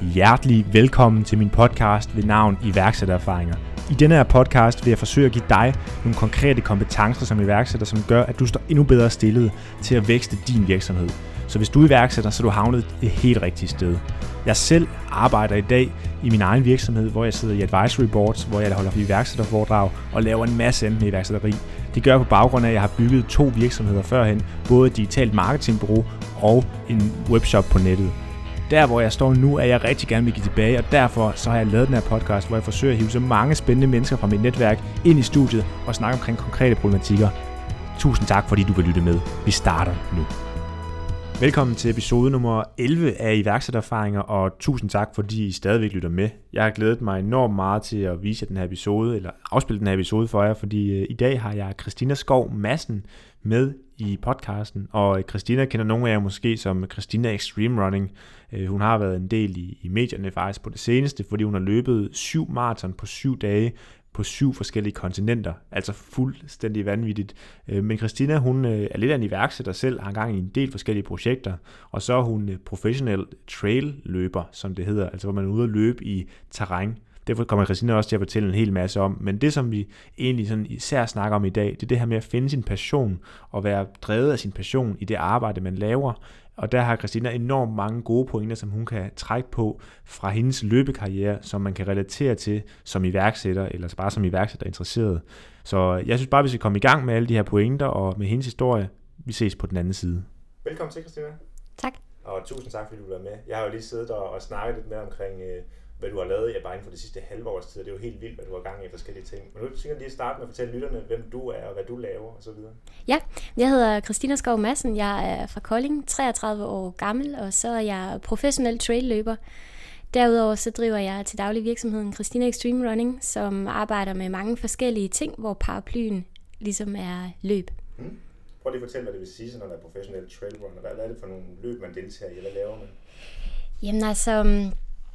Hjertelig velkommen til min podcast ved navn Iværksættererfaringer. I denne her podcast vil jeg forsøge at give dig nogle konkrete kompetencer som iværksætter, som gør, at du står endnu bedre stillet til at vækste din virksomhed. Så hvis du er iværksætter, så er du havnet et helt rigtigt sted. Jeg selv arbejder i dag i min egen virksomhed, hvor jeg sidder i advisory boards, hvor jeg holder iværksætterforedrag og laver en masse andet med iværksætteri. Det gør jeg på baggrund af, at jeg har bygget 2 virksomheder førhen, både et digitalt marketingbureau og en webshop på nettet. Der hvor jeg står nu, er jeg rigtig gerne vil give tilbage, og derfor så har jeg lavet den her podcast, hvor jeg forsøger at hive så mange spændende mennesker fra mit netværk ind i studiet og snakke omkring konkrete problematikker. Tusind tak, fordi du vil lytte med. Vi starter nu. Velkommen til episode nummer 11 af iværksættererfaringer, og tusind tak, fordi I stadigvæk lytter med. Jeg har glædet mig enormt meget til at vise jer den her episode, eller afspille den her episode for jer, fordi i dag har jeg Christina Skov Madsen med i podcasten, og Christina kender nogle af jer måske som Christina Extreme Running. Hun har været en del i medierne faktisk på det seneste, fordi hun har løbet 7 maraton på 7 dage, på 7 forskellige kontinenter, altså fuldstændig vanvittigt. Men Christina, hun er lidt af en iværksætter selv, har gang i en del forskellige projekter, og så er hun professionel trail-løber, som det hedder, altså hvor man er ude at løbe i terræn. Derfor kommer Christina også til at fortælle en hel masse om, men det som vi egentlig sådan især snakker om i dag, det er det her med at finde sin passion, og være drevet af sin passion i det arbejde, man laver. Og der har Christina enormt mange gode pointer, som hun kan trække på fra hendes løbekarriere, som man kan relatere til som iværksætter, eller bare som iværksætter interesseret. Så jeg synes bare, vi skal komme i gang med alle de her pointer, og med hendes historie. Vi ses på den anden side. Velkommen til, Christina. Tak. Og tusind tak, fordi du var med. Jeg har jo lige siddet og snakket lidt med omkring, hvad du har lavet bare inden for det sidste halve års tid. Det er jo helt vildt, hvad du har gang i forskellige ting. Men nu tænker jeg lige at starte med at fortælle lytterne, hvem du er og hvad du laver og så videre. Ja, jeg hedder Christina Skov Madsen. Jeg er fra Kolding, 33 år gammel, og så er jeg professionel trail-løber. Derudover så driver jeg til daglig virksomheden Christina Extreme Running, som arbejder med mange forskellige ting, hvor paraplyen ligesom er løb. Prøv lige at fortælle, hvad det vil sige, når der er professionel trailrunner. Hvad er det for nogle løb, man deltager i? Hvad laver man? Jamen altså,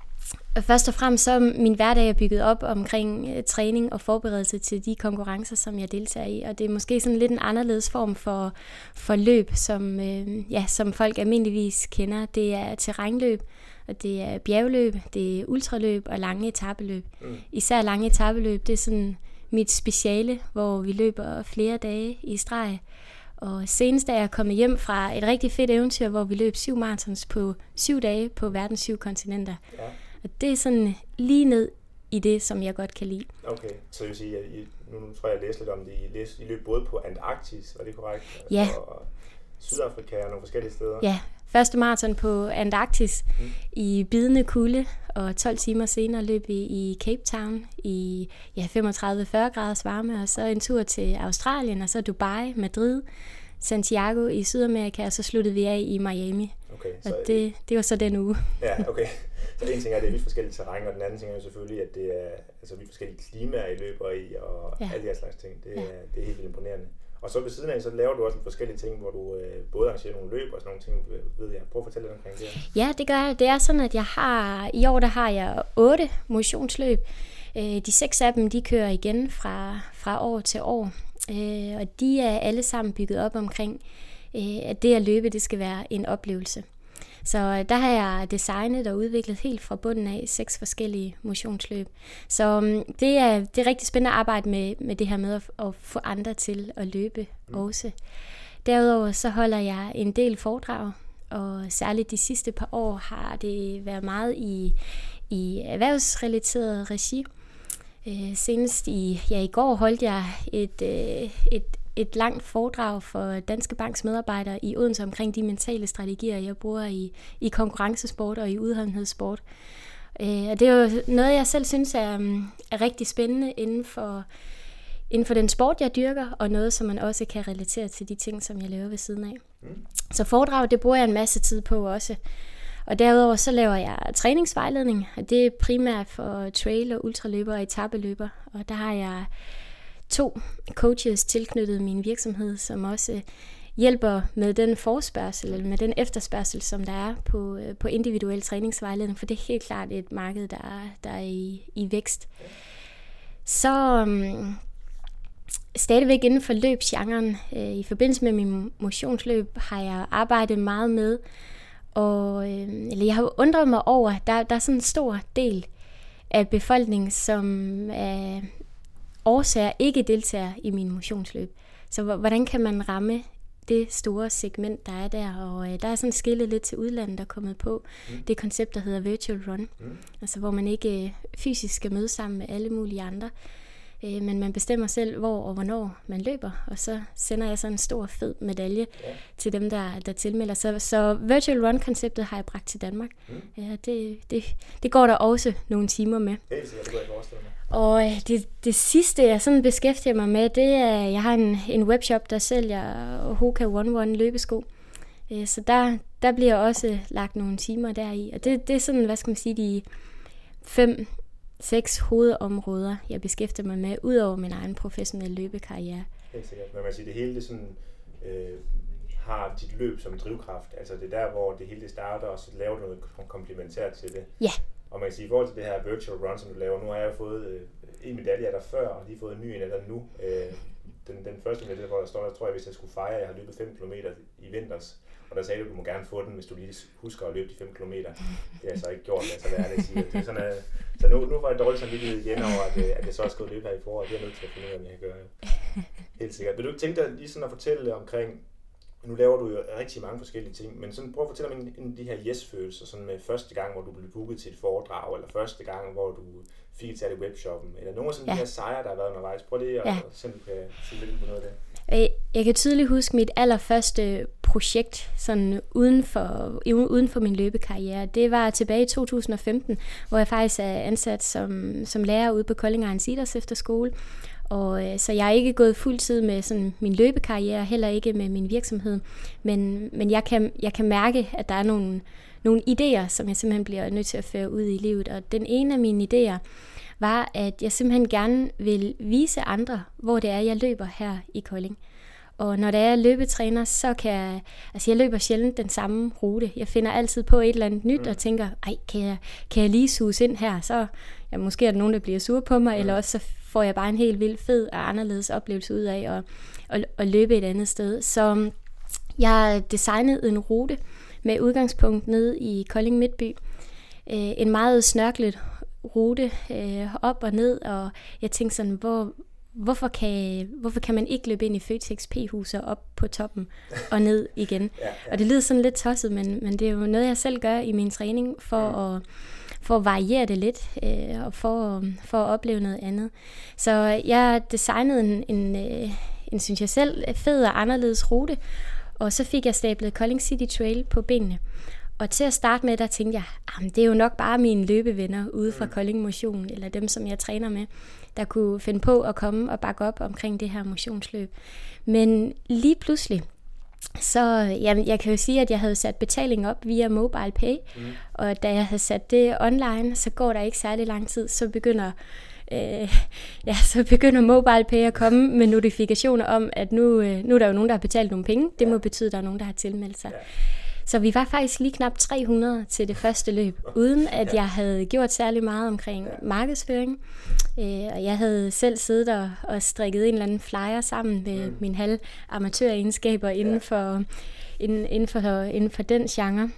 først og fremmest så er min hverdag er bygget op omkring træning og forberedelse til de konkurrencer, som jeg deltager i. Og det er måske sådan lidt en anderledes form for løb, som folk almindeligvis kender. Det er terrænløb, og det er bjergløb, det er ultraløb og lange etapeløb. Især lange etapeløb, det er sådan mit speciale, hvor vi løber flere dage i streg. Og senest er jeg kommet hjem fra et rigtig fedt eventyr, hvor vi løb 7 marathons på 7 dage på verdens 7 kontinenter. Ja. Og det er sådan lige ned i det, som jeg godt kan lide. Okay, så jeg vil sige, nu tror jeg læste lidt om det. I løb både på Antarktis, var det korrekt? Ja. Og Sydafrika og nogle forskellige steder? Ja, første maraton på Antarktis i bidende kulde, og 12 timer senere løb vi i Cape Town i 35-40 graders varme, og så en tur til Australien, og så Dubai, Madrid, Santiago i Sydamerika, og så sluttede vi af i Miami. Okay, så og det var så den uge. Ja, okay. Så det ene ting er, at det er vidt forskellige terræn, og den anden ting er jo selvfølgelig, at det er vidt forskellige klimaer, I løber i, og alle de her slags ting. Det er helt vildt imponerende. Og så ved siden af, så laver du også forskellige ting, hvor du både arrangerer nogle løb og sådan nogle ting, ved jeg. Prøv at fortælle lidt omkring det. Ja, det gør jeg. Det er sådan, at i år der har jeg 8 motionsløb. De 6 af dem, de kører igen fra år til år. Og de er alle sammen bygget op omkring, at det at løbe, det skal være en oplevelse. Så der har jeg designet og udviklet helt fra bunden af 6 forskellige motionsløb. Så det er rigtig spændende at arbejde med det her med at få andre til at løbe også. Derudover så holder jeg en del foredrag, og særligt de sidste par år har det været meget i erhvervsrelateret regi. Senest i går holdt jeg et langt foredrag for Danske Banks medarbejdere i Odense omkring de mentale strategier, jeg bruger i konkurrencesport og i udholdenhedssport. Og det er jo noget, jeg selv synes er rigtig spændende inden for den sport, jeg dyrker, og noget, som man også kan relatere til de ting, som jeg laver ved siden af. Så foredrag, det bruger jeg en masse tid på også. Og derudover så laver jeg træningsvejledning, og det er primært for trail- og ultraløber og etapeløber. Og der har jeg 2 coaches tilknyttet min virksomhed, som også hjælper med den forspørgsel, eller med den efterspørgsel, som der er på individuel træningsvejledning, for det er helt klart et marked, der er i vækst. Så stadigvæk inden for løbsgenren, i forbindelse med min motionsløb, har jeg arbejdet meget med Og jeg har jo undret mig over, der er sådan en stor del af befolkningen, som af årsager ikke deltager i min motionsløb. Så hvordan kan man ramme det store segment, der er der? Og der er sådan skillet lidt til udlandet, der er kommet på. Det koncept, der hedder Virtual Run. Altså hvor man ikke fysisk skal møde sammen med alle mulige andre. Men man bestemmer selv, hvor og hvornår man løber, og så sender jeg så en stor fed medalje til dem, der tilmelder. Så Virtual Run-konceptet har jeg bragt til Danmark. Ja, det går der også nogle timer med. Helt sikkert, det går jeg forestille mig. Og det sidste, jeg sådan beskæftiger mig med, det er, jeg har en webshop, der sælger Hoka One One løbesko. Så der bliver også lagt nogle timer deri. Og det er sådan, hvad skal man sige, de 5-6 hovedområder, jeg beskæftiger mig med, ud over min egen professionelle løbekarriere. Helt sikkert. Men man siger, det hele det sådan, har dit løb som drivkraft. Altså det er der, hvor det hele det starter, og så laver du noget komplementært til det. Ja. Og man kan sige, i forhold til det her virtual run, som du laver, nu har jeg jo fået en medalje af dig før, og lige fået en ny en af dig nu. Den første medalje, hvor der står, der tror jeg, hvis jeg skulle fejre, jeg har løbet 5 km i vinters. Og der sagde du må gerne få den, hvis du lige husker at løbe de 5 km. Det har jeg så ikke gjort, altså hvad er det, jeg siger. Det er sådan, så nu var jeg dårligt sådan lidt igen over, at jeg så også skulle løbe her i foråret. Det er jeg nødt til at finde ud af, om jeg kan gøre. Helt sikkert. Vil du ikke tænke dig lige sådan at fortælle omkring, nu laver du jo rigtig mange forskellige ting, men sådan prøv at fortælle om en af de her yes-følelser, sådan med første gang, hvor du blev booket til et foredrag, eller første gang, hvor du fik et særligt webshoppen, eller nogle af sådan de her sejre, der har været undervejs. Prøv lige at se, om du kan sige lidt på noget af det. Jeg kan tydeligt huske mit allerførste projekt sådan uden for min løbekarriere. Det var tilbage i 2015, hvor jeg faktisk er ansat som lærer ude på Kolding Ejernes Idræts Efterskole. Og så jeg er ikke gået fuld tid med sådan min løbekarriere, heller ikke med min virksomhed. Men jeg kan mærke, at der er nogle idéer, som jeg simpelthen bliver nødt til at føre ud i livet. Og den ene af mine idéer var, at jeg simpelthen gerne vil vise andre, hvor det er, jeg løber her i Kolding. Og når der er løbetræner, så kan jeg løber sjældent den samme rute. Jeg finder altid på et eller andet nyt og tænker, kan jeg lige suge ind her? Så måske er der nogen, der bliver sure på mig, eller også så får jeg bare en helt vild fed og anderledes oplevelse ud af at løbe et andet sted. Så jeg designede en rute med udgangspunkt ned i Kolding Midtby. En meget snørklet rute op og ned, og jeg tænkte sådan, hvorfor kan man ikke løbe ind i Føtex P-huset op på toppen og ned igen? Og det lyder sådan lidt tosset, men det er jo noget, jeg selv gør i min træning for at variere det lidt og for at opleve noget andet. Så jeg designede en synes jeg selv, fed og anderledes rute, og så fik jeg stablet Kolding City Trail på benene. Og til at starte med, der tænkte jeg, det er jo nok bare mine løbevenner ude fra Kolding Motion, eller dem, som jeg træner med, der kunne finde på at komme og bakke op omkring det her motionsløb. Men lige pludselig, så jeg kan jo sige, at jeg havde sat betaling op via MobilePay, og da jeg havde sat det online, så går der ikke særlig lang tid, så begynder MobilePay at komme med notifikationer om, at nu er der jo nogen, der har betalt nogle penge. Det må betyde, at der er nogen, der har tilmeldt sig. Så vi var faktisk lige knap 300 til det første løb, uden at jeg havde gjort særlig meget omkring markedsføring. Og jeg havde selv siddet og strikket en eller anden flyer sammen med mine halve amatøregenskaber inden for den genre.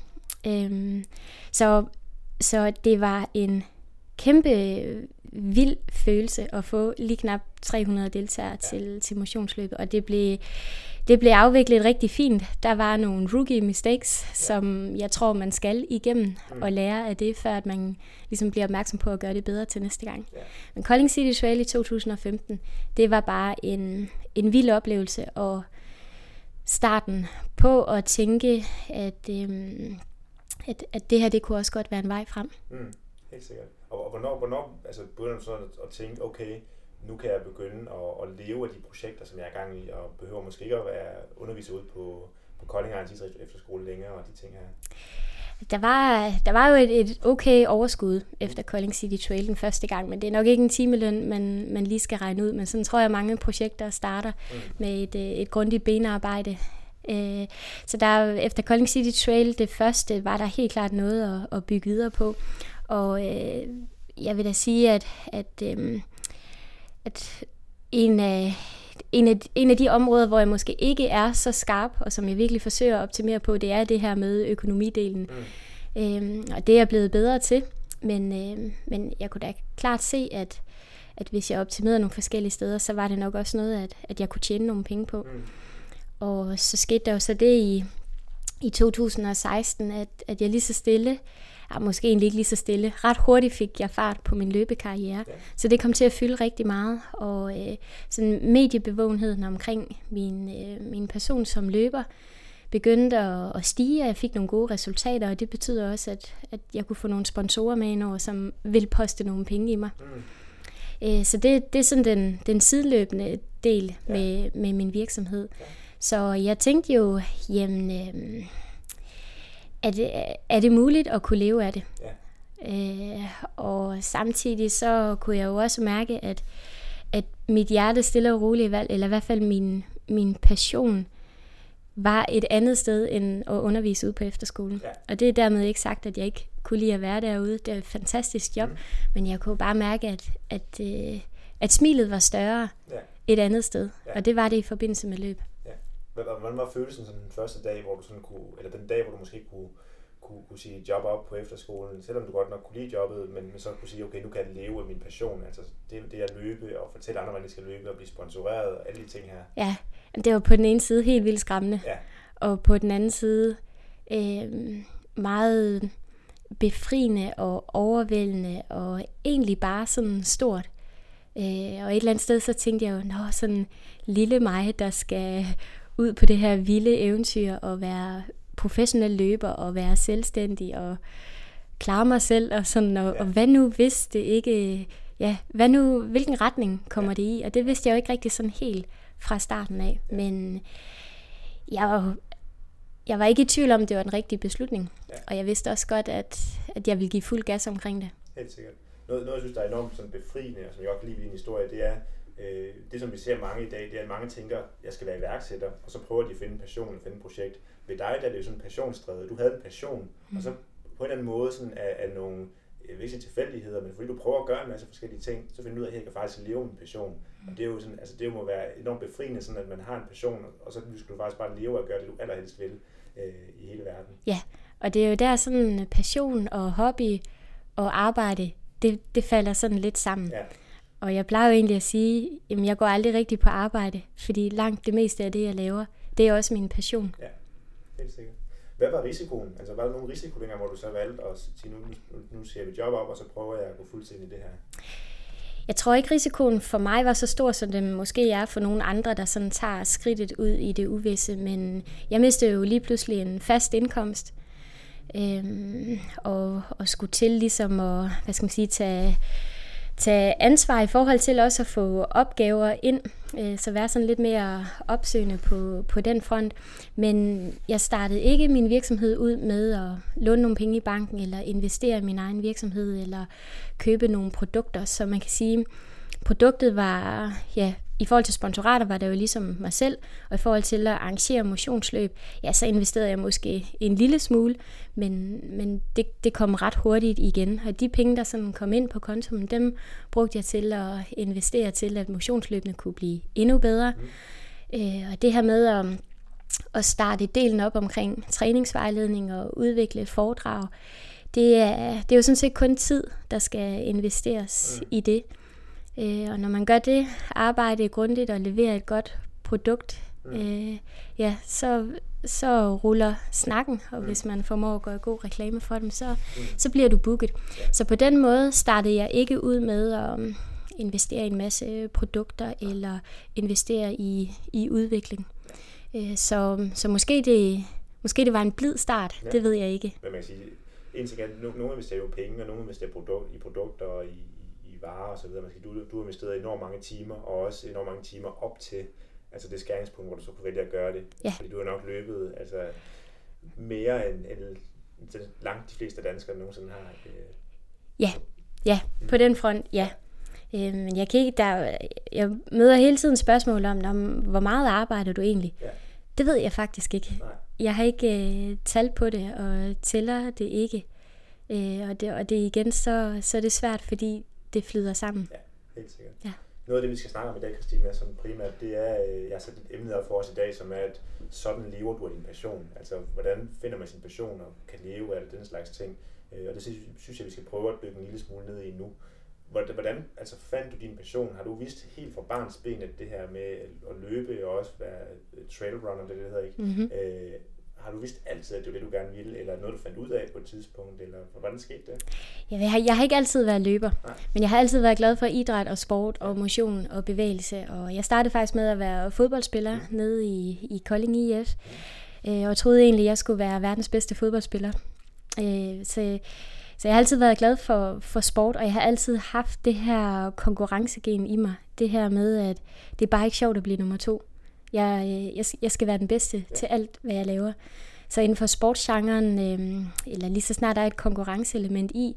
Så det var en kæmpe vild følelse at få lige knap 300 deltagere til motionsløbet, og det blev afviklet rigtig fint. Der var nogle rookie mistakes, som jeg tror, man skal igennem og lære af det, før at man ligesom bliver opmærksom på at gøre det bedre til næste gang. Men Kolding City Trail i 2015, det var bare en vild oplevelse, og starten på at tænke, at det her, det kunne også godt være en vej frem. Helt sikkert. Og hvornår altså begynder du så at tænke, okay, nu kan jeg begynde at leve af de projekter, som jeg er i gang i, og behøver måske ikke at være underviser ude på Kolding Ejernes Idræts Efterskole længere, og de ting her? Der var jo et okay overskud efter Kolding City Trail den første gang, men det er nok ikke en timeløn, man lige skal regne ud. Men sådan tror jeg, mange projekter starter med et grundigt benarbejde. Så der efter Kolding City Trail, det første, var der helt klart noget at bygge videre på. Og jeg vil da sige, at en af en af de områder, hvor jeg måske ikke er så skarp, og som jeg virkelig forsøger at optimere på, det er det her med økonomidelen. Og det er jeg blevet bedre til, men jeg kunne da klart se, at hvis jeg optimerede nogle forskellige steder, så var det nok også noget, at jeg kunne tjene nogle penge på. Og så skete der jo så det i 2016, at jeg lige så stille, måske egentlig ikke lige så stille, ret hurtigt fik jeg fart på min løbekarriere. Ja. Så det kom til at fylde rigtig meget, og sådan mediebevågenheden omkring min person som løber begyndte at stige, og jeg fik nogle gode resultater, og det betyder også, at jeg kunne få nogle sponsorer med indover, som vil poste nogle penge i mig. Så det er sådan den sideløbende del med min virksomhed. Ja. Så jeg tænkte jo, jamen, er det muligt at kunne leve af det? Ja. Og samtidig så kunne jeg jo også mærke, at mit hjerte stille og roligt, eller i hvert fald min passion, var et andet sted end at undervise ude på efterskolen. Ja. Og det er dermed ikke sagt, at jeg ikke kunne lide at være derude. Det er et fantastisk job, men jeg kunne bare mærke, at smilet var større et andet sted. Ja. Og det var det i forbindelse med løb. Ja. Hvordan var følelsen sådan den første dag, hvor du sådan kunne, eller den dag, hvor du måske kunne sige job op på efterskolen, selvom du godt nok kunne lide jobbet, men så kunne sige, okay, nu kan jeg leve af min passion, altså det at løbe og fortælle andre, hvordan de skal løbe og blive sponsoreret og alle de ting her. Ja, det var på den ene side helt vildt skræmmende, og på den anden side meget befriende og overvældende og egentlig bare sådan stort. Og et eller andet sted så tænkte jeg jo, sådan lille mig, der skal ud på det her vilde eventyr og være professionel løber og være selvstændig og klare mig selv og sådan, og hvad nu hvis det ikke, hvad nu, hvilken retning kommer det i? Og det vidste jeg jo ikke rigtig sådan helt fra starten af, men jeg var ikke i tvivl om, det var den rigtige beslutning, og jeg vidste også godt, at jeg ville give fuld gas omkring det. Helt sikkert. Noget jeg synes, der er enormt sådan befriende, og som jeg godt kan lide i din historie, det er, det som vi ser mange i dag, det er, at mange tænker, jeg skal være iværksætter, og så prøver de at finde passion og finde et projekt. Ved dig, der er det jo sådan en passionsdrevet. Du havde en passion, og så på en eller anden måde sådan af nogle visse tilfældigheder, men fordi du prøver at gøre en masse forskellige ting, så finder du ud af, at jeg kan faktisk leve med en passion. Og det er jo sådan, altså det må være enormt befriende, sådan at man har en passion, og så skal du faktisk bare leve og gøre det, du allerhelst vil i hele verden. Ja, og det er jo der sådan passion og hobby og arbejde, det falder sådan lidt sammen. Ja. Og jeg plejer jo egentlig at sige, at jeg går aldrig rigtig på arbejde, fordi langt det meste af det, jeg laver, det er også min passion. Ja, helt sikkert. Hvad var risikoen? Altså var der nogle risiko dengang, hvor du så valgte at sige, nu ser vi job op, og så prøver jeg at gå fuldstændig i det her? Jeg tror ikke, risikoen for mig var så stor, som det måske er for nogle andre, der sådan tager skridtet ud i det uvisse. Men jeg mistede jo lige pludselig en fast indkomst, og skulle til ligesom at, tage ansvar i forhold til også at få opgaver ind, så være sådan lidt mere opsøgende på den front. Men jeg startede ikke min virksomhed ud med at låne nogle penge i banken, eller investere i min egen virksomhed, eller købe nogle produkter. Så man kan sige, produktet var, i forhold til sponsorater var det jo ligesom mig selv, og i forhold til at arrangere motionsløb, så investerede jeg måske en lille smule, men det kom ret hurtigt igen. Og de penge, der sådan kom ind på kontoen, dem brugte jeg til at investere til, at motionsløbene kunne blive endnu bedre. Og det her med at starte delen op omkring træningsvejledning og udvikle foredrag, det er jo sådan set kun tid, der skal investeres i det. Og når man gør det arbejde grundigt og leverer et godt produkt, så ruller snakken, og hvis man formår at gøre god reklame for dem, så bliver du booket. Så på den måde startede jeg ikke ud med at investere i en masse produkter eller investere i udvikling. Så måske det var en blid start, det ved jeg ikke. Hvad man siger, indtil nogle investerer jo penge, og nogle investerer i produkter og i varer og så videre. Du har investeret enormt mange timer, og også enormt mange timer op til det skæringspunkt, hvor du så kunne vælge at gøre det. Ja. Fordi du har nok løbet mere end langt de fleste danskere nogensinde har. Ja, på den front, ja. Men jeg kan ikke, jeg møder hele tiden spørgsmål om, hvor meget arbejder du egentlig? Ja. Det ved jeg faktisk ikke. Nej. Jeg har ikke tal på det, og tæller det ikke. Og det igen, så er det svært, fordi det flyder sammen. Ja, helt sikkert. Ja. noget af det, vi skal snakke om i dag, Christina, som primært, det er, jeg har sat et emne op for os i dag, som er, at sådan lever du af din passion. Altså, hvordan finder man sin passion og kan leve af den slags ting. Og det synes jeg, vi skal prøve at dykke en lille smule ned i nu. Hvordan altså, fandt du din passion? Har du vidst helt fra barns ben, at det her med at løbe og også være trailrunner, det hedder ikke? Mm-hmm. Har du vidst altid, at det var det, du gerne ville, eller noget, du fandt ud af på et tidspunkt, eller hvordan skete det? Jeg har ikke altid været løber, men jeg har altid været glad for idræt og sport og motion og bevægelse, og jeg startede faktisk med at være fodboldspiller nede i Kolding IF, og troede egentlig, at jeg skulle være verdens bedste fodboldspiller. Så jeg har altid været glad for sport, og jeg har altid haft det her konkurrencegen i mig. Det her med, at det er bare ikke sjovt at blive nummer 2. Jeg skal være den bedste til alt, hvad jeg laver. Så inden for sportsgenren, eller lige så snart der er et konkurrenceelement i,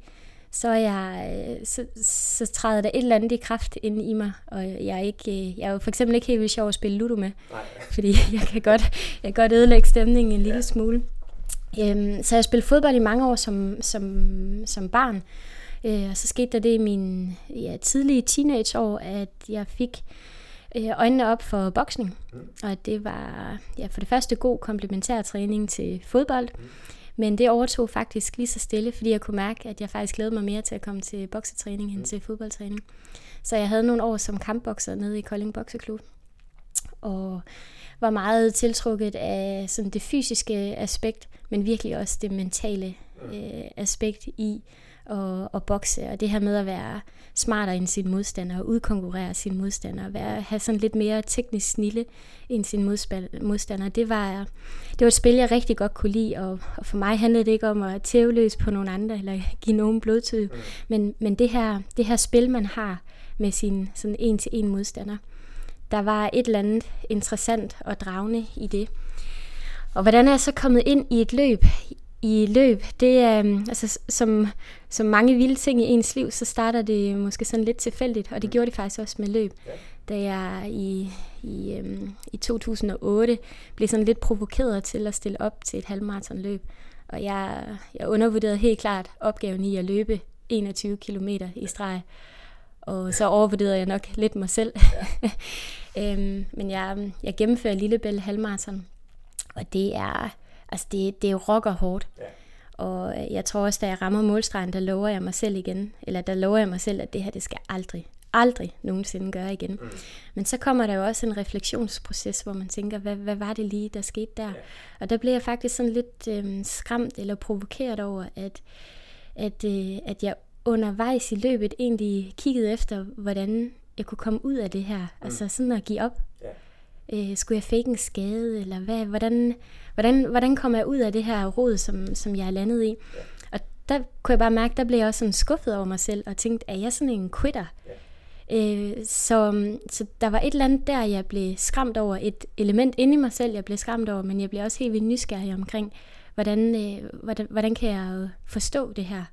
så træder der et eller andet i kraft ind i mig. Og jeg er jo for eksempel ikke helt vildt sjov at spille Ludo med, fordi jeg kan godt ødelægge stemningen en lille smule. Så jeg spillede fodbold i mange år som barn. Og så skete der det i mine tidlige teenageår, at jeg fik øjnene op for boksning. Og det var for det første god komplementær træning til fodbold. Men det overtog faktisk lige så stille, fordi jeg kunne mærke, at jeg faktisk glædede mig mere til at komme til boksetræning end til fodboldtræning. Så jeg havde nogle år som kampbokser nede i Kolding Bokseklub. Og var meget tiltrukket af sådan det fysiske aspekt, men virkelig også det mentale aspekt i at bokse, og det her med at være smartere end sine modstandere, og udkonkurrere sine modstandere, have sådan lidt mere teknisk snilde end sine modstandere. Det var et spil, jeg rigtig godt kunne lide, og for mig handlede det ikke om at tæve løs på nogen andre, eller give nogen blodtød, men det her spil, man har med sin sådan en-til-en modstander, der var et eller andet interessant og dragende i det. Og hvordan er jeg så kommet ind i et løb? I løb, det er altså som mange vilde ting i ens liv, så starter det måske sådan lidt tilfældigt, og det gjorde det faktisk også med løb. Da jeg i 2008 blev sådan lidt provokeret til at stille op til et halvmaratonløb, og jeg undervurderede helt klart opgaven i at løbe 21 kilometer i streg. Og så overvurderede jeg nok lidt mig selv. Men jeg gennemfører Lillebælt halvmaraton, og det er jo rocker hårdt. Og jeg tror også, da jeg rammer målstregen, der lover jeg mig selv, at det her, det skal aldrig nogensinde gøre igen. Men så kommer der jo også en refleksionsproces, hvor man tænker, hvad var det lige, der skete der? Og der blev jeg faktisk sådan lidt skræmt eller provokeret over, at jeg undervejs i løbet egentlig kiggede efter, hvordan jeg kunne komme ud af det her. Altså sådan at give op. Skulle jeg fake en skade, eller hvordan kommer jeg ud af det her rod, som jeg er landet i? Og der kunne jeg bare mærke, der blev jeg også sådan skuffet over mig selv, og tænkte, er jeg sådan en quitter? Så der var et eller andet der, jeg blev skræmt over, et element inde i mig selv, jeg blev skræmt over, men jeg blev også helt vildt nysgerrig omkring, hvordan kan jeg forstå det her?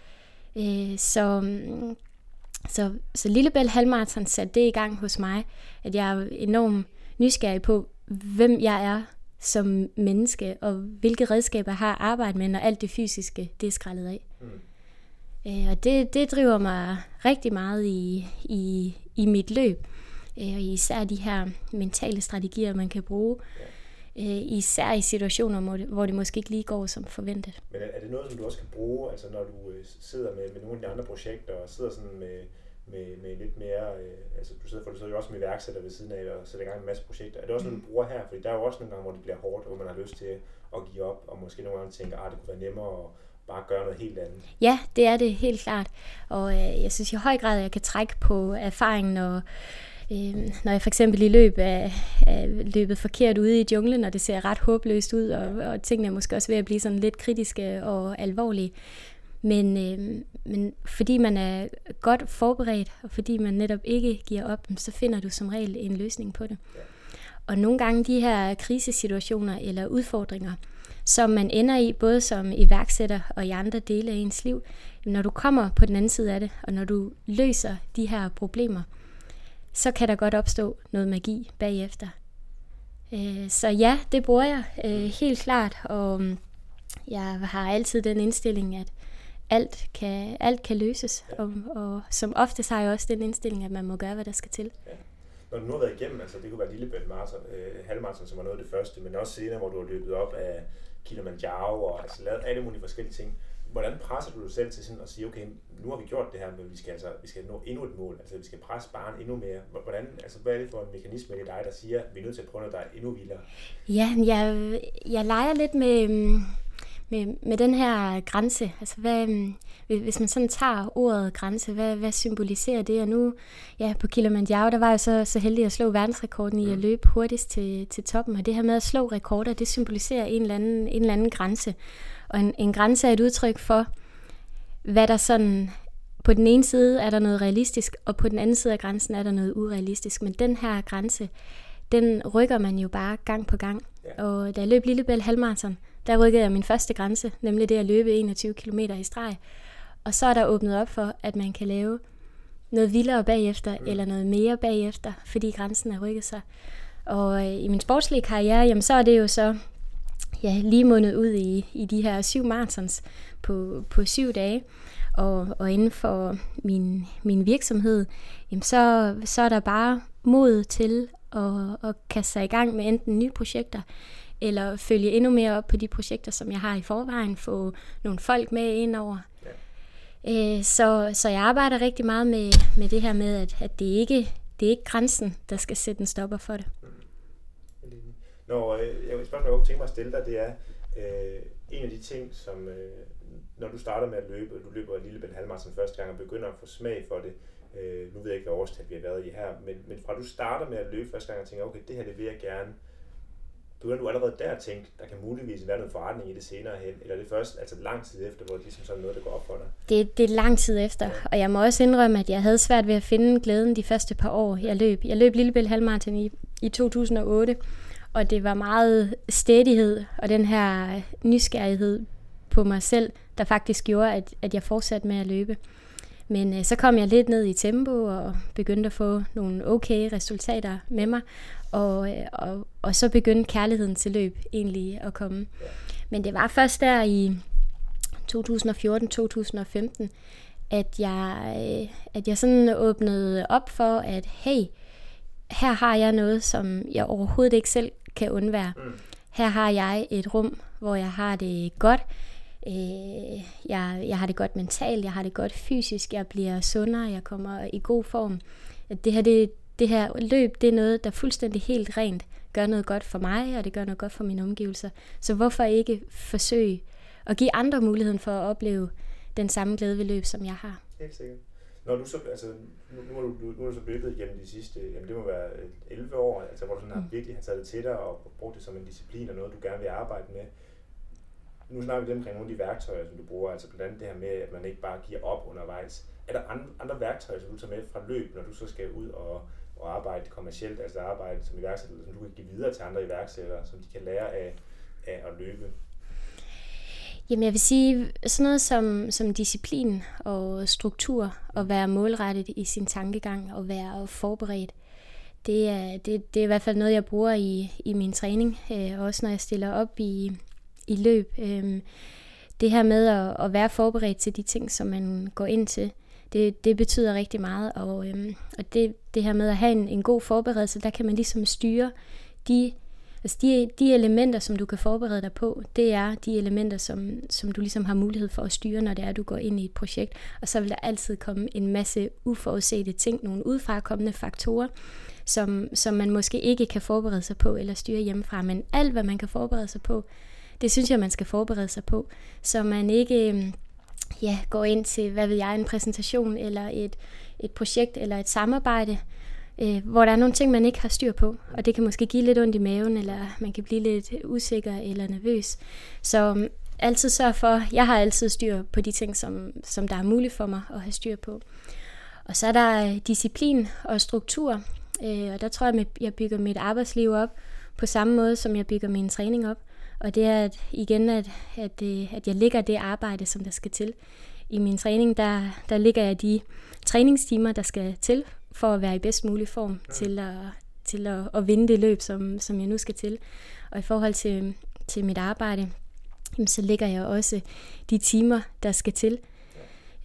Så Lillebælt halvmaraton satte det i gang hos mig, at jeg er enormt nysgerrig på, hvem jeg er som menneske, og hvilke redskaber jeg har at arbejde med, når alt det fysiske, det er skrællet af. Og det driver mig rigtig meget i mit løb, og især de her mentale strategier, man kan bruge, især i situationer, hvor det måske ikke lige går som forventet. Men er det noget, som du også kan bruge, altså når du sidder med nogle af de andre projekter, og sidder sådan med lidt mere, altså du sidder jo også med iværksætter ved siden af, og sætter i gang med en masse projekter. Er det også noget, du bruger her? Fordi der er jo også nogle gange, hvor det bliver hårdt, hvor man har lyst til at give op, og måske nogle gange tænker, det kunne være nemmere at bare gøre noget helt andet. Ja, det er det helt klart. Og jeg synes i høj grad, at jeg kan trække på erfaringen, når jeg for eksempel i løbet forkert ude i junglen, og det ser ret håbløst ud, og tingene er måske også ved at blive sådan lidt kritiske og alvorlige. Men fordi man er godt forberedt, og fordi man netop ikke giver op, så finder du som regel en løsning på det. Og nogle gange de her krisesituationer eller udfordringer, som man ender i, både som iværksætter og i andre dele af ens liv, når du kommer på den anden side af det, og når du løser de her problemer, så kan der godt opstå noget magi bagefter. Så ja, det bruger jeg helt klart, og jeg har altid den indstilling, alt kan løses. Ja. Og som oftest har jeg også den indstilling, at man må gøre, hvad der skal til. Ja. Når du nu har været igennem, altså det kunne være Lillebælt Marathon, halvmarathon, som var noget af det første, men også senere, hvor du har løbet op af Kilimanjaro og altså lavet alle mulige forskellige ting. Hvordan presser du dig selv til sådan at sige, okay, nu har vi gjort det her, men vi skal nå endnu et mål, altså vi skal presse barn endnu mere. Hvordan, altså hvad er det for en mekanisme i dig, der siger, at vi er nødt til at prøve noget, der er endnu vildere? Ja, jeg leger lidt med den her grænse. Altså hvis man sådan tager ordet grænse, hvad symboliserer det? Og nu, ja, på Kilimanjaro, der var jeg så heldig at slå verdensrekorden i at løbe hurtigst til toppen. Og det her med at slå rekorder, det symboliserer en eller anden grænse. Og en grænse er et udtryk for, hvad der sådan... På den ene side er der noget realistisk, og på den anden side af grænsen er der noget urealistisk. Men den her grænse, den rykker man jo bare gang på gang. Ja. Og da jeg løb Lillebælt halvmarathon, der rykkede jeg min første grænse, nemlig det at løbe 21 km i streg. Og så er der åbnet op for, at man kan lave noget vildere bagefter, eller noget mere bagefter, fordi grænsen er rykket sig. Og i min sportslige karriere, jamen, så er det jo så lige mundet ud i de her 7 marathons på 7 dage. Og inden for min virksomhed, jamen, så er der bare mod til at kaste sig i gang med enten nye projekter, eller følge endnu mere op på de projekter, som jeg har i forvejen, få nogle folk med ind over. Ja. Så jeg arbejder rigtig meget med det her med, at det er ikke grænsen, der skal sætte en stopper for det. Jeg vil spørge, jeg tænker mig at stille dig, det er en af de ting, som når du starter med at løbe, og du løber Lillebælt halvmarathon første gang og begynder at få smag for det, nu ved jeg ikke, hvad årstal vi har været i her, men fra du starter med at løbe første gang og tænker, okay, det her det vil jeg gerne, begynder du allerede der at tænke, der kan muligvis være noget forretning i det senere hen, eller er det først altså lang tid efter, hvor det ligesom sådan noget, der går op for dig? Det er lang tid efter, ja. Og jeg må også indrømme, at jeg havde svært ved at finde glæden de første par år, jeg løb. Jeg løb Lillebælt halvmarathon i 2008, og det var meget stædighed og den her nysgerrighed på mig selv, der faktisk gjorde, at jeg fortsatte med at løbe. Men så kom jeg lidt ned i tempo og begyndte at få nogle okay resultater med mig, og så begyndte kærligheden til løb egentlig at komme. Men det var først der i 2014-2015, at jeg sådan åbnede op for, at hey, her har jeg noget, som jeg overhovedet ikke selv kan undvære. Her har jeg et rum, hvor jeg har det godt. Jeg har det godt mentalt, jeg har det godt fysisk, jeg bliver sundere, jeg kommer i god form. Det her løb, det er noget, der fuldstændig helt rent gør noget godt for mig, og det gør noget godt for mine omgivelser. Så hvorfor ikke forsøge at give andre muligheden for at opleve den samme glæde ved løb, som jeg har? Helt sikkert. Når du så, altså, nu har du så løbet igennem de sidste, jamen det må være 11 år, altså hvor du sådan virkelig har taget det til dig og brugt det som en disciplin og noget, du gerne vil arbejde med. Nu snakker vi omkring nogle af de værktøjer, som du bruger, altså blandt andet det her med, at man ikke bare giver op undervejs. Er der andre værktøjer, som du tager med fra løb, når du så skal ud og arbejde kommercielt, altså arbejde som iværksætter, som du kan give videre til andre iværksættere, som de kan lære af at løbe? Jamen jeg vil sige, sådan noget som disciplin og struktur, og være målrettet i sin tankegang og være forberedt, det er i hvert fald noget, jeg bruger i min træning, også når jeg stiller op i løb. Det her med at være forberedt til de ting, som man går ind til, det betyder rigtig meget. Og det her med at have en god forberedelse, der kan man ligesom styre de elementer, som du kan forberede dig på, det er de elementer, som du ligesom har mulighed for at styre, når det er, du går ind i et projekt. Og så vil der altid komme en masse uforudsete ting, nogle udefrakommende faktorer, som man måske ikke kan forberede sig på eller styre hjemmefra. Men alt, hvad man kan forberede sig på, det synes jeg, man skal forberede sig på, så man ikke går ind til, hvad ved jeg, en præsentation eller et projekt eller et samarbejde, hvor der er nogle ting, man ikke har styr på, og det kan måske give lidt ondt i maven, eller man kan blive lidt usikker eller nervøs. Så altid sørg for, jeg har altid styr på de ting, som der er muligt for mig at have styr på. Og så er der disciplin og struktur, og der tror jeg, at jeg bygger mit arbejdsliv op på samme måde, som jeg bygger min træning op. Og det er at jeg lægger det arbejde, som der skal til. I min træning, der lægger jeg de træningstimer, der skal til, for at være i bedst mulig form til at vinde det løb, som jeg nu skal til. Og i forhold til mit arbejde, så lægger jeg også de timer, der skal til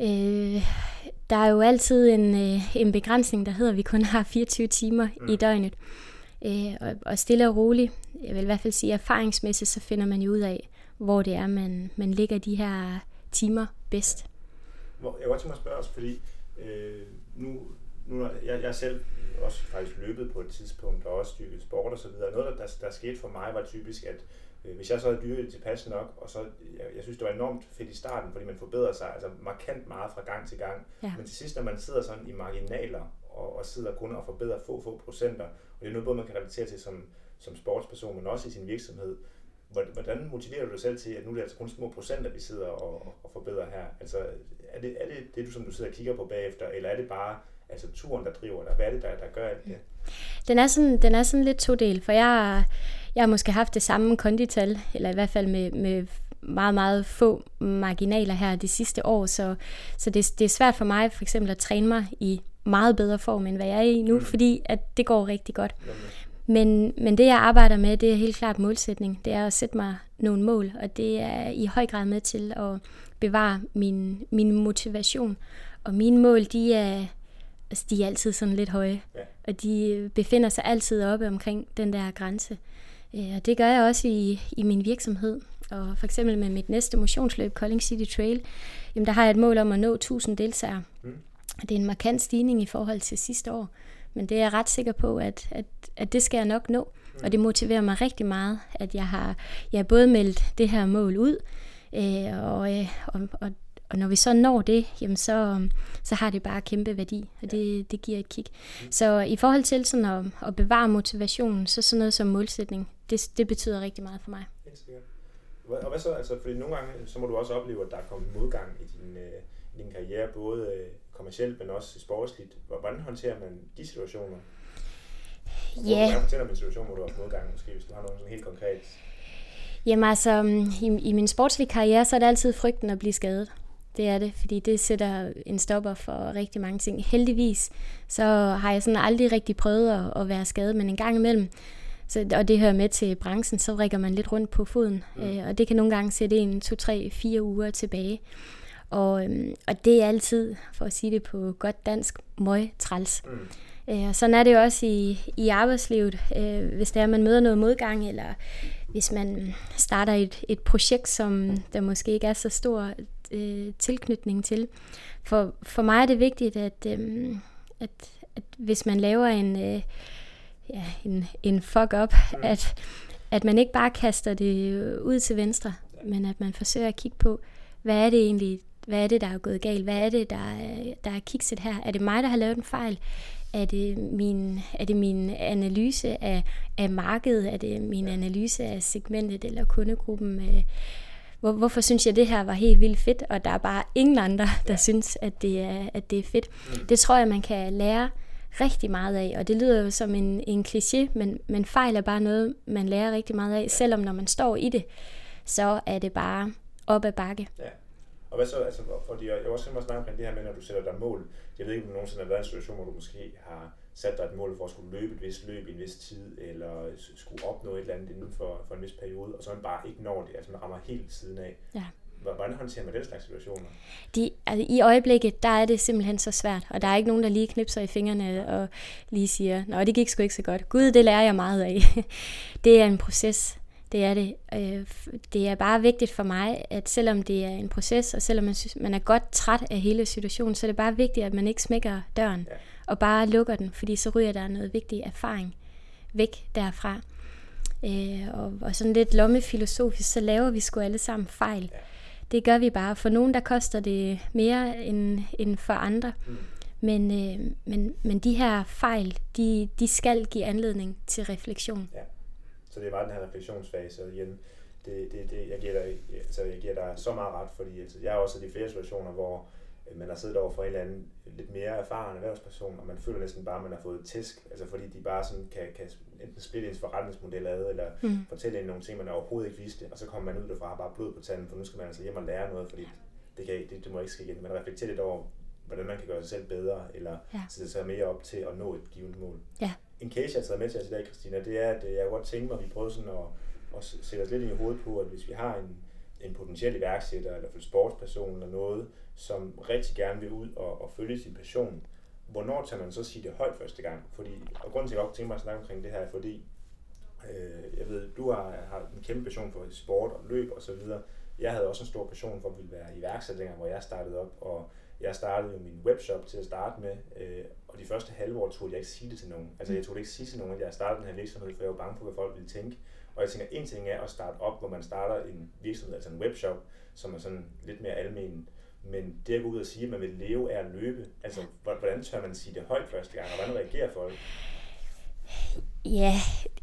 Der er jo altid en begrænsning, der hedder, at vi kun har 24 timer i døgnet. Og stille og roligt, jeg vil i hvert fald sige erfaringsmæssigt, så finder man jo ud af, hvor det er, man ligger de her timer bedst. Jeg kan godt tænke mig at spørge os, fordi nu jeg selv også faktisk løbet på et tidspunkt, og også dyrket sport og så videre. Noget, der skete for mig, var typisk, at hvis jeg så havde dyrket tilpas nok, og så, jeg synes, det var enormt fedt i starten, fordi man forbedrer sig altså markant meget fra gang til gang. Ja. Men til sidst, når man sidder sådan i marginaler, og sidder kun og forbedrer få procenter, og det er noget, både man kan relatere til som sportsperson, men også i sin virksomhed. Hvordan motiverer du dig selv til, at nu er det altså kun små procenter, vi sidder og forbedrer her? Altså, er det som du sidder og kigger på bagefter, eller er det bare altså turen, der driver dig? Hvad er det, der gør alt det? Den er sådan lidt todel, for jeg har måske haft det samme kondital, eller i hvert fald med meget, meget få marginaler her de sidste år, så det er svært for mig for eksempel at træne mig i meget bedre form, end hvad jeg er i nu, fordi at det går rigtig godt. Men det, jeg arbejder med, det er helt klart målsætning. Det er at sætte mig nogle mål, og det er i høj grad med til at bevare min motivation. Og mine mål, de er altid sådan lidt høje, og de befinder sig altid oppe omkring den der grænse. Og det gør jeg også i min virksomhed. Og for eksempel med mit næste motionsløb, Kolding City Trail, jamen der har jeg et mål om at nå 1000 deltagere. Det er en markant stigning i forhold til sidste år. Men det er jeg ret sikker på, at det skal jeg nok nå. Og det motiverer mig rigtig meget, at jeg har både meldt det her mål ud, og når vi så når det, jamen så har det bare kæmpe værdi, og det giver et kick. Så i forhold til sådan at bevare motivationen, så sådan noget som målsætning, det betyder rigtig meget for mig. Og hvad så, altså, fordi nogle gange, så må du også opleve, at der er kommet modgang i din karriere, både kommercielt, men også sportsligt. Hvordan håndterer man de situationer? Hvordan fortæller man en situation, hvor du har haft modgang, måske, hvis du har noget sådan helt konkret? Jamen altså, i min sportslige karriere, så er det altid frygten at blive skadet. Det er det, fordi det sætter en stopper for rigtig mange ting. Heldigvis, så har jeg sådan aldrig rigtig prøvet at være skadet, men en gang imellem, og det hører med til branchen, så rækker man lidt rundt på foden, og det kan nogle gange sætte 1, 2, 3, 4 uger tilbage. Og det er altid, for at sige det på godt dansk, møg træls. Sådan er det jo også i arbejdslivet, hvis det er, man møder noget modgang, eller hvis man starter et projekt, som der måske ikke er så stor tilknytning til. For mig er det vigtigt, at hvis man laver en fuck-up, at man ikke bare kaster det ud til venstre, men at man forsøger at kigge på, hvad er det egentlig, hvad er det, der er gået galt? Hvad er det, der er kikset her? Er det mig, der har lavet en fejl? Er det min analyse af markedet? Er det min analyse af segmentet eller kundegruppen? Hvorfor synes jeg, det her var helt vildt fedt, og der er bare ingen andre, der synes, at det er fedt? Det tror jeg, man kan lære rigtig meget af, og det lyder jo som en kliché, men fejl er bare noget, man lærer rigtig meget af, selvom når man står i det, så er det bare op ad bakke. Ja. Og hvad så, altså, fordi jeg også snakke omkring det her med, når du sætter dig mål. Jeg ved ikke, om du nogensinde har været i en situation, hvor du måske har sat dig et mål for at skulle løbe et vist løb i en vis tid, eller skulle opnå et eller andet inden for en vis periode, og så man bare ikke når det, altså man rammer helt siden af. Ja. Hvordan håndterer man den slags situationer? I øjeblikket, der er det simpelthen så svært, og der er ikke nogen, der lige knipser i fingrene og lige siger, nå, det gik sgu ikke så godt. Gud, det lærer jeg meget af. Det er en proces. Det er det. Det er bare vigtigt for mig, at selvom det er en proces, og selvom man er godt træt af hele situationen, så er det bare vigtigt, at man ikke smækker døren og bare lukker den, fordi så ryger der noget vigtig erfaring væk derfra. Og sådan lidt lommefilosofisk, så laver vi sgu alle sammen fejl. Det gør vi bare. For nogen, der koster det mere end for andre. Men de her fejl, de skal give anledning til refleksion. Ja. Så det er bare den her refleksionsfase, og igen, jeg giver dig så meget ret, fordi altså, jeg har også i flere situationer, hvor man har siddet over for en eller anden lidt mere erfaren erhvervsperson, og man føler næsten bare, at man har fået tæsk, altså fordi de bare sådan kan enten splitte ens forretningsmodel ad, eller fortælle en nogle ting, man overhovedet ikke vidste, og så kommer man ud derfra og bare blod på tanden, for nu skal man altså hjem og lære noget, fordi det må ikke ske igen. Man reflekterer lidt over, hvordan man kan gøre sig selv bedre, eller sætte sig mere op til at nå et givet mål. Ja. En case, jeg har taget med til os i dag, Christina, det er, at jeg godt tænker mig, at vi prøver sådan at sætte os lidt ind i hovedet på, at hvis vi har en potentiel iværksætter eller sportsperson eller noget, som rigtig gerne vil ud og følge sin passion, hvornår tager man så sige det højt første gang? Og grunden til, at jeg godt tænker mig at snakke omkring det her, er fordi, jeg ved, du har en kæmpe passion for sport og løb og så videre. Jeg havde også en stor passion for at ville være iværksætter, hvor jeg startede op, og jeg startede min webshop til at starte med, og de første halvår tog jeg ikke sige det til nogen. Altså jeg tog det ikke sige til nogen, at jeg startede den her virksomhed, for jeg var bange for, hvad folk ville tænke. Og jeg tænker, en ting er at starte op, hvor man starter en virksomhed, altså en webshop, som er sådan lidt mere almen. Men det at gå ud og sige, at man vil leve af at løbe, altså hvordan tør man sige det højt første gang, og hvordan reagerer folk? Ja,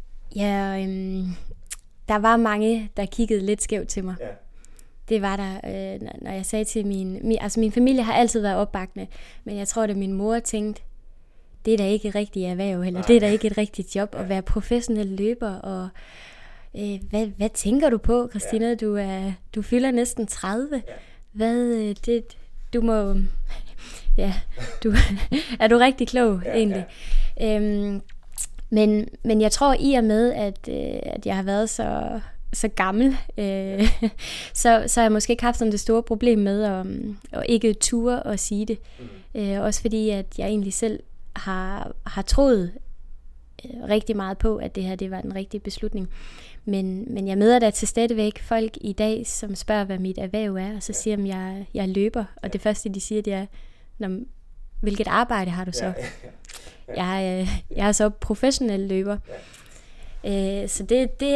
der var mange, der kiggede lidt skævt til mig. Ja. Det var der, når jeg sagde til min familie har altid været opbakkende, men jeg tror, at min mor tænkte, det er da ikke et rigtigt erhverv, eller det er da ikke et rigtigt job at være professionel løber, og hvad tænker du på, Christina? Ja. Du fylder næsten 30. Ja. Du må, ja, er du rigtig klog, egentlig. Ja. Men jeg tror i og med, at jeg har været så gammel, så har jeg måske ikke haft sådan det store problem med at ikke ture og sige det. Også fordi, at jeg egentlig selv har troet rigtig meget på, at det her det var den rigtige beslutning. Men jeg møder da til stadigvæk folk i dag, som spørger, hvad mit erhverv er, og så siger de, at jeg løber. Og det første, de siger, det er, hvilket arbejde har du så? Jeg er så professionel løber. Så det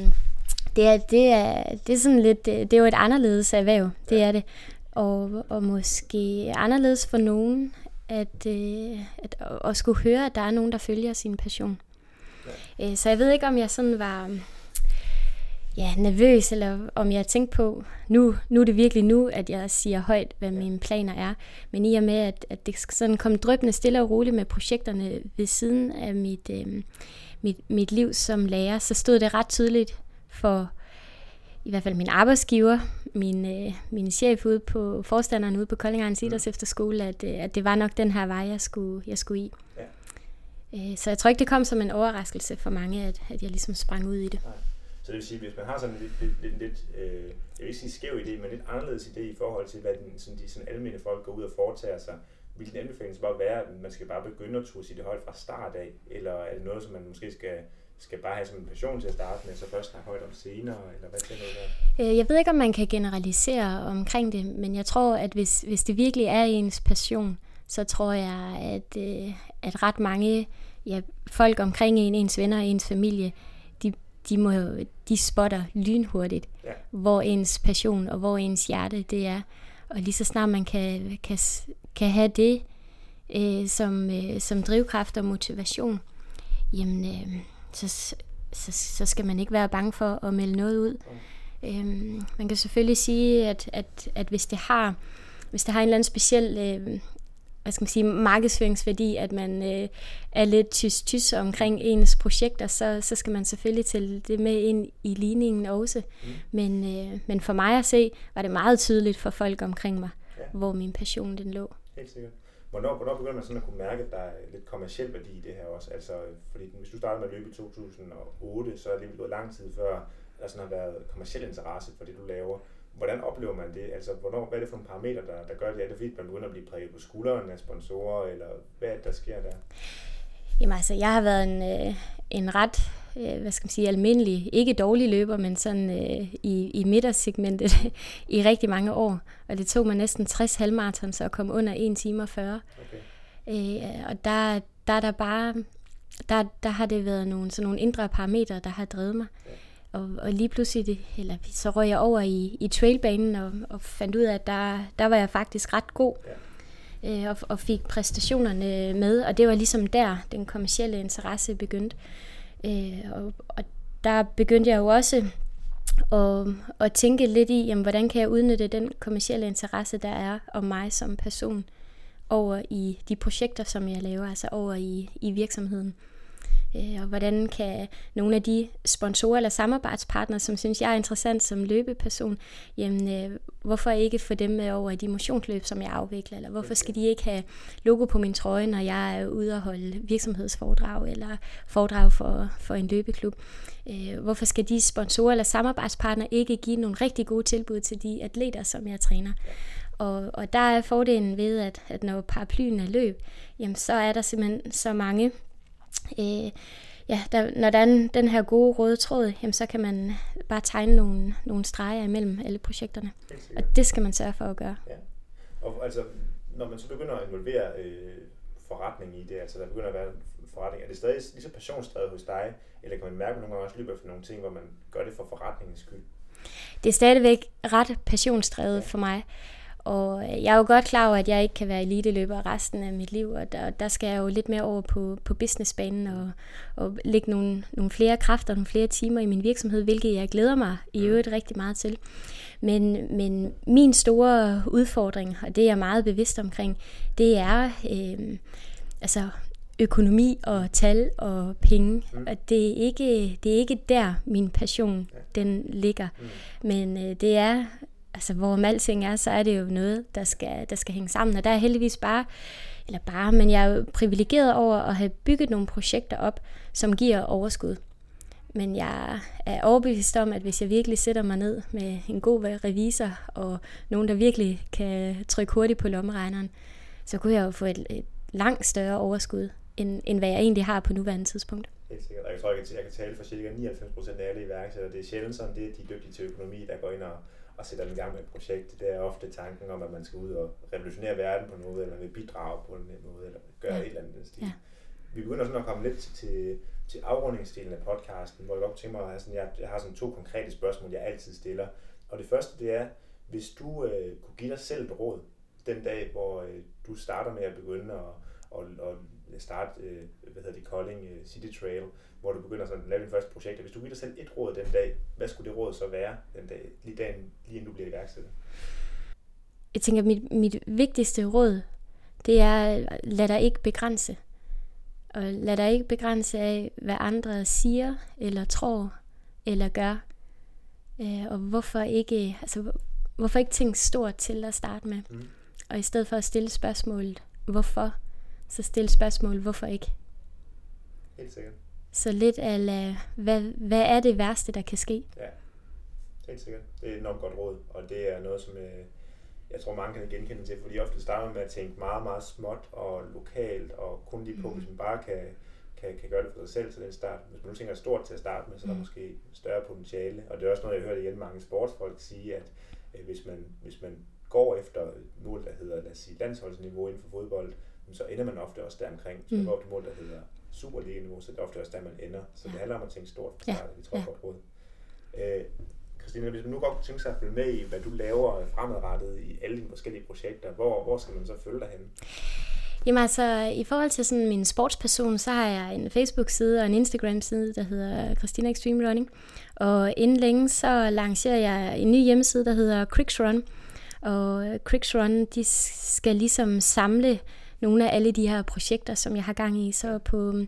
er sådan lidt, det er jo et anderledes erhverv, det er det. Og måske anderledes for nogen, at skulle høre, at der er nogen, der følger sin passion. Så jeg ved ikke, om jeg sådan var nervøs, eller om jeg tænkte på, nu er det virkelig nu, at jeg siger højt, hvad mine planer er. Men i og med, at det sådan kom dryppende stille og roligt med projekterne ved siden af mit liv som lærer, så stod det ret tydeligt for i hvert fald min arbejdsgiver, min chef ude på forstanderen ude på Kolding Egnens Idræts Efterskole, at det var nok den her vej, jeg skulle i. Ja. Så jeg tror ikke, det kom som en overraskelse for mange, at jeg ligesom sprang ud i det. Nej. Så det vil sige, hvis man har sådan en lidt jeg vil ikke sige skæv idé, men lidt anderledes idé i forhold til, hvad de sådan almindelige folk går ud og foretager sig, hvilken anbefaling skal bare være, at man skal bare begynde at turde sige det højt fra start af, eller er det noget, som man måske skal bare have som en passion til at starte med, så først have højt om senere, eller hvad tænker du der? Jeg ved ikke, om man kan generalisere omkring det, men jeg tror, at hvis det virkelig er ens passion, så tror jeg, at ret mange folk omkring ens venner og ens familie, de spotter lynhurtigt, hvor ens passion og hvor ens hjerte det er. Og lige så snart man kan have det som drivkraft og motivation, jamen så skal man ikke være bange for at melde noget ud. Man kan selvfølgelig sige, at hvis det har en eller anden speciel markedsføringsværdi, at man er lidt tys omkring ens projekter, så skal man selvfølgelig tælle det med ind i ligningen også. Men for mig at se, var det meget tydeligt for folk omkring mig, hvor min passion den lå. Helt sikkert. Hvornår begynder man sådan at kunne mærke, at der er lidt kommerciel værdi i det her også? Altså, fordi hvis du startede med at løbe i 2008, så er det gået lang tid før, der sådan har været kommerciel interesse for det, du laver. Hvordan oplever man det? Altså, hvad er det for nogle parametre, der gør det? Er det fordi, man begynder at blive præget på skulderen af sponsorer, eller hvad er det, der sker der? Jamen altså, jeg har været en ret, almindelig, ikke dårlig løber, men sådan i midtersegmentet i rigtig mange år. Og det tog mig næsten 60 halvmarathons at komme under 1 time og 40. Okay. Og der har det været nogle indre parametre, der har drevet mig. Ja. Og lige pludselig, så røg jeg over i trailbanen og fandt ud af, at der var jeg faktisk ret god. Ja. Og fik præstationerne med, og det var ligesom der, den kommercielle interesse begyndte. Og der begyndte jeg jo også at tænke lidt i, jamen, hvordan kan jeg udnytte den kommercielle interesse, der er om mig som person, over i de projekter, som jeg laver, altså over i virksomheden. Og hvordan kan nogle af de sponsorer eller samarbejdspartnere, som synes jeg er interessant som løbeperson, jamen hvorfor ikke få dem med over i de motionsløb, som jeg afvikler? Eller hvorfor skal de ikke have logo på min trøje, når jeg er ude og holde virksomhedsforedrag eller foredrag for en løbeklub? Hvorfor skal de sponsorer eller samarbejdspartnere ikke give nogle rigtig gode tilbud til de atleter, som jeg træner? Og der er fordelen ved, at når paraplyen er løb, jamen så er der simpelthen så mange... når der er den her gode røde tråd, jamen, så kan man bare tegne nogle streger imellem alle projekterne. Og det skal man sørge for at gøre. Ja. Og altså, når man så begynder at involvere forretning i det, altså der begynder at være forretning, er det stadig lige så passionsdrevet hos dig, eller kan man mærke, at man nogle gange også løber efter nogle ting, hvor man gør det for forretningens skyld? Det er stadigvæk ret passionsdrevet for mig. Og jeg er jo godt klar over, at jeg ikke kan være eliteløber resten af mit liv, og der skal jeg jo lidt mere over på businessbanen og lægge nogle flere kræfter, nogle flere timer i min virksomhed, hvilket jeg glæder mig i øvrigt rigtig meget til. Men min store udfordring, og det er jeg meget bevidst omkring, det er økonomi og tal og penge. Og det er ikke der, min passion den ligger. Men det er... Altså, hvorom alting er, så er det jo noget, der skal hænge sammen. Og der er heldigvis men jeg er jo privilegeret over at have bygget nogle projekter op, som giver overskud. Men jeg er overbevist om, at hvis jeg virkelig sætter mig ned med en god revisor, og nogen, der virkelig kan trykke hurtigt på lommeregneren, så kunne jeg jo få et langt større overskud, end hvad jeg egentlig har på nuværende tidspunkt. Helt sikkert. Og jeg tror, jeg kan tale for cirka 99% af alle iværksættere. Det er sjældent sådan, det er de dygtige til økonomi, der går ind og sætter den i gang med et projekt. Det er ofte tanken om, at man skal ud og revolutionere verden på noget, eller vil bidrage på en måde, eller gøre et eller andet stil. Ja. Vi begynder sådan at komme lidt til afrundingsdelen af podcasten, hvor jeg godt tænker mig at have sådan, jeg har sådan 2 konkrete spørgsmål, jeg altid stiller. Og det første, det er, hvis du kunne give dig selv et råd den dag, hvor du starter med at begynde at starte Kolding City Trail, hvor du begynder sådan at lave din første projekt. Hvis du giver dig selv et råd den dag, hvad skulle det råd så være den dag, lige inden du bliver iværksætter? Jeg tænker, mit vigtigste råd, det er, lad dig ikke begrænse. Og lad dig ikke begrænse af, hvad andre siger, eller tror, eller gør. Og hvorfor ikke tænke stort til at starte med? Og i stedet for at stille spørgsmålet, hvorfor, så stille spørgsmålet, hvorfor ikke? Helt sikkert. Så lidt af, hvad er det værste, der kan ske? Ja, helt sikkert. Det er et enormt godt råd, og det er noget, som jeg tror, mange kan genkende til, fordi ofte starter med at tænke meget, meget småt og lokalt, og kun lige på, hvis man bare kan gøre det for sig selv til den start. Hvis man nu tænker stort til at starte med, så er der måske større potentiale, og det er også noget, jeg hørte igen mange sportsfolk sige, at hvis man går efter et mål, der hedder, lad os sige, landsholdsniveau inden for fodbold, så ender man ofte også der omkring. Hvis man går efter et mål, der hedder Superliga-niveau, så er det ofte også der, man ender. Så det handler om at tænke stort fra start. Det tror jeg godt råd. Christina, hvis man nu godt kunne tænke sig at følge med i, hvad du laver fremadrettet i alle dine forskellige projekter, hvor skal man så følge dig henne? Jamen altså, i forhold til sådan min sportsperson, så har jeg en Facebook-side og en Instagram-side, der hedder Christina Extreme Running. Og inden længe, så lancerer jeg en ny hjemmeside, der hedder Cricks Run. Og Cricks Run, de skal ligesom samle nogle af alle de her projekter, som jeg har gang i. Så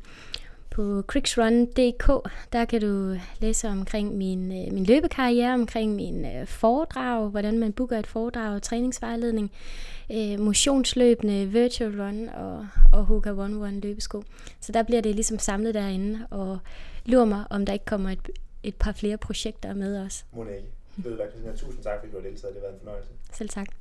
på cricksrun.dk, der kan du læse omkring min løbekarriere, omkring min foredrag, hvordan man booker et foredrag, træningsvejledning, motionsløbende, virtual run og Hoka One løbesko. Så der bliver det ligesom samlet derinde, og lurer mig, om der ikke kommer et par flere projekter med os. Monique, Christina, tusind tak, fordi du har deltaget. Det har været en fornøjelse. Selv tak.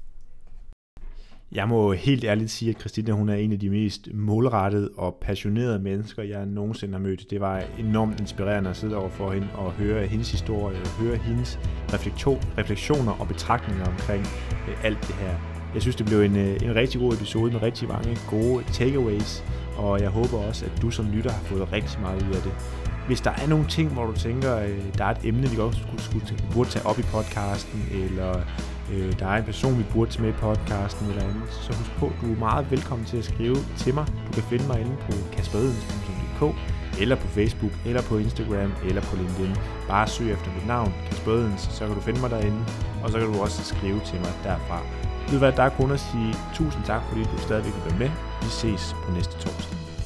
Jeg må helt ærligt sige, at Christina, hun er en af de mest målrettede og passionerede mennesker, jeg nogensinde har mødt. Det var enormt inspirerende at sidde over for hende og høre hendes historie, høre hendes refleksioner og betragtninger omkring alt det her. Jeg synes, det blev en rigtig god episode med rigtig mange gode takeaways, og jeg håber også, at du som lytter har fået rigtig meget ud af det. Hvis der er nogle ting, hvor du tænker, der er et emne, vi godt burde tage op i podcasten, eller der er en person, vi burde tage med i podcasten, eller andet, så husk på, du er meget velkommen til at skrive til mig. Du kan finde mig inde på kasperedens.dk, eller på Facebook, eller på Instagram, eller på LinkedIn. Bare søg efter mit navn, Kasper Edens, så kan du finde mig derinde, og så kan du også skrive til mig derfra. Ved du hvad, der er kun at sige tusind tak, fordi du stadigvæk vil være med. Vi ses på næste torsdag.